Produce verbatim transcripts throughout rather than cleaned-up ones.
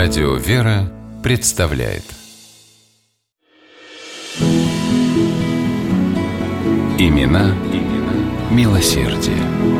Радио «Вера» представляет Имена, имена милосердия.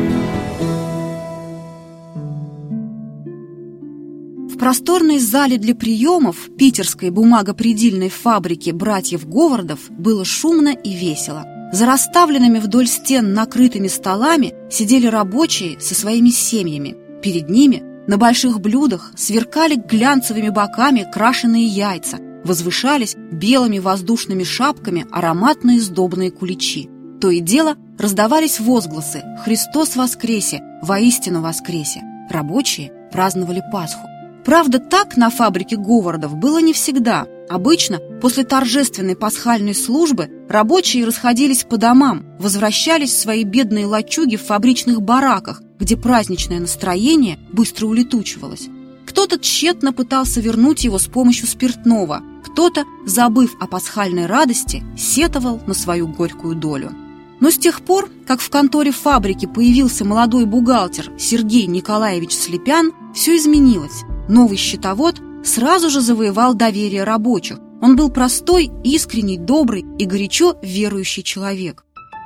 В просторной зале для приемов питерской бумагопредельной фабрики братьев Говардов было шумно и весело. За расставленными вдоль стен накрытыми столами сидели рабочие со своими семьями. Перед ними на больших блюдах сверкали глянцевыми боками крашеные яйца, возвышались белыми воздушными шапками ароматные сдобные куличи. То и дело раздавались возгласы «Христос воскресе! Воистину воскресе!». Рабочие праздновали Пасху. Правда, так на фабрике Говардов было не всегда. Обычно после торжественной пасхальной службы рабочие расходились по домам, возвращались в свои бедные лачуги в фабричных бараках, где праздничное настроение быстро улетучивалось. Кто-то тщетно пытался вернуть его с помощью спиртного, кто-то, забыв о пасхальной радости, сетовал на свою горькую долю. Но с тех пор, как в конторе фабрики появился молодой бухгалтер Сергей Николаевич Слепян, все изменилось. Новый счетовод сразу же завоевал доверие рабочих. Он был простой, искренний, добрый и горячо верующий человек.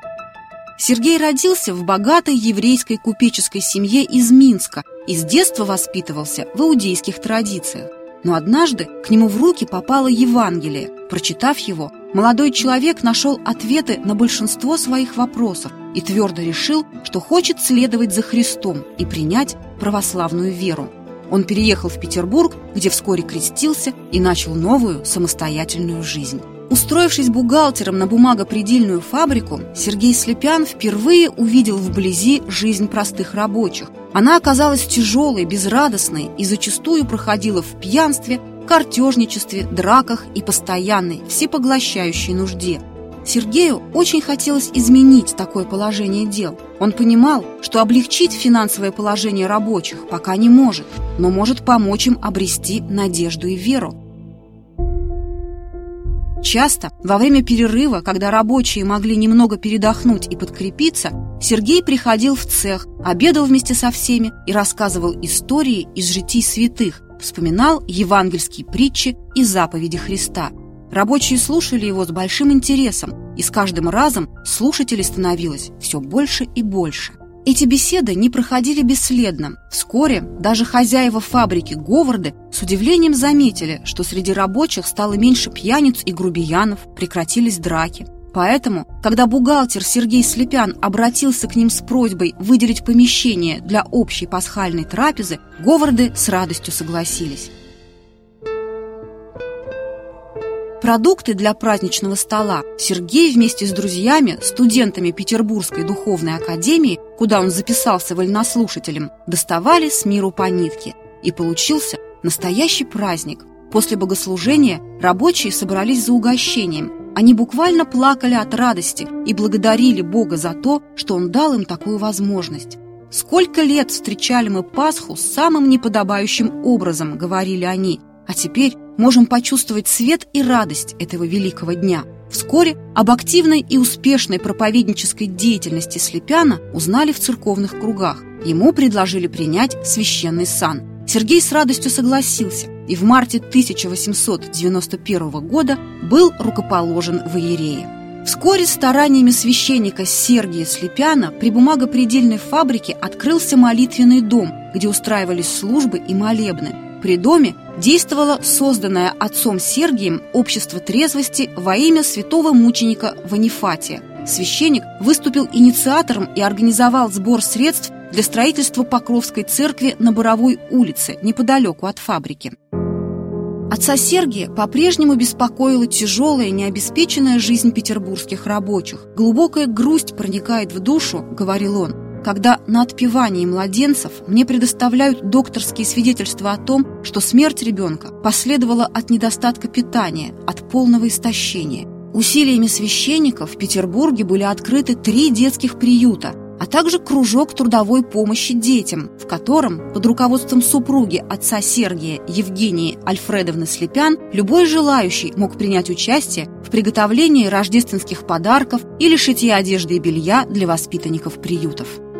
Сергей родился в богатой еврейской купеческой семье из Минска и с детства воспитывался в иудейских традициях. Но однажды к нему в руки попало Евангелие. Прочитав его, молодой человек нашел ответы на большинство своих вопросов и твердо решил, что хочет следовать за Христом и принять православную веру. Он переехал в Петербург, где вскоре крестился и начал новую самостоятельную жизнь. Устроившись бухгалтером на бумагопредельную фабрику, Сергей Слепян впервые увидел вблизи жизнь простых рабочих. Она оказалась тяжелой, безрадостной и зачастую проходила в пьянстве, картежничестве, драках и постоянной, всепоглощающей нужде. Сергею очень хотелось изменить такое положение дел. Он понимал, что облегчить финансовое положение рабочих пока не может, но может помочь им обрести надежду и веру. Часто во время перерыва, когда рабочие могли немного передохнуть и подкрепиться, Сергей приходил в цех, обедал вместе со всеми и рассказывал истории из житий святых, вспоминал евангельские притчи и заповеди Христа. Рабочие слушали его с большим интересом, и с каждым разом слушателей становилось все больше и больше. Эти беседы не проходили бесследно. Вскоре даже хозяева фабрики Говарды с удивлением заметили, что среди рабочих стало меньше пьяниц и грубиянов, прекратились драки. Поэтому, когда бухгалтер Сергей Слепян обратился к ним с просьбой выделить помещение для общей пасхальной трапезы, Говарды с радостью согласились. Продукты для праздничного стола Сергей вместе с друзьями, студентами Петербургской духовной академии, куда он записался вольнослушателем, доставали с миру по нитке. И получился настоящий праздник. После богослужения рабочие собрались за угощением. Они буквально плакали от радости и благодарили Бога за то, что Он дал им такую возможность. «Сколько лет встречали мы Пасху самым неподобающим образом», — говорили они, «а теперь можем почувствовать свет и радость этого великого дня». Вскоре об активной и успешной проповеднической деятельности Слепяна узнали в церковных кругах. Ему предложили принять священный сан. Сергей с радостью согласился и в марте тысяча восемьсот девяносто первого года был рукоположен в иерее. Вскоре стараниями священника Сергия Слепяна при бумагопредельной фабрике открылся молитвенный дом, где устраивались службы и молебны. При доме действовало созданное отцом Сергием общество трезвости во имя святого мученика Ванифатия. Священник выступил инициатором и организовал сбор средств для строительства Покровской церкви на Боровой улице, неподалеку от фабрики. Отца Сергия по-прежнему беспокоила тяжелая, необеспеченная жизнь петербургских рабочих. «Глубокая грусть проникает в душу», — говорил он, «когда на отпевании младенцев мне предоставляют докторские свидетельства о том, что смерть ребенка последовала от недостатка питания, от полного истощения». Усилиями священников в Петербурге были открыты три детских приюта, а также кружок трудовой помощи детям, в котором под руководством супруги отца Сергия Евгении Альфредовны Слепян любой желающий мог принять участие в приготовлении рождественских подарков или шитье одежды и белья для воспитанников приютов.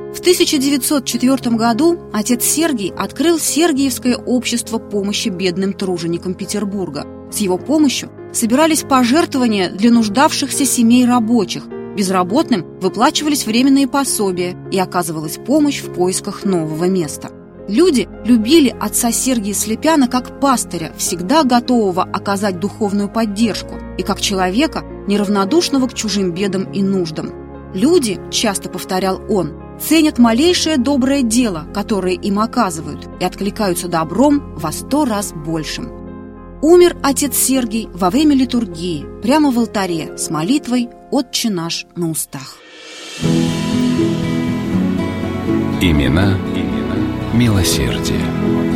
В тысяча девятьсот четвёртом году отец Сергий открыл Сергиевское общество помощи бедным труженикам Петербурга. С его помощью собирались пожертвования для нуждавшихся семей рабочих, безработным выплачивались временные пособия и оказывалась помощь в поисках нового места. Люди любили отца Сергия Слепяна как пастыря, всегда готового оказать духовную поддержку, и как человека, неравнодушного к чужим бедам и нуждам. Люди, часто повторял он, ценят малейшее доброе дело, которое им оказывают, и откликаются добром во сто раз большим. Умер отец Сергий во время литургии, прямо в алтаре, с молитвой «Отче наш» на устах. Имена, имена милосердия.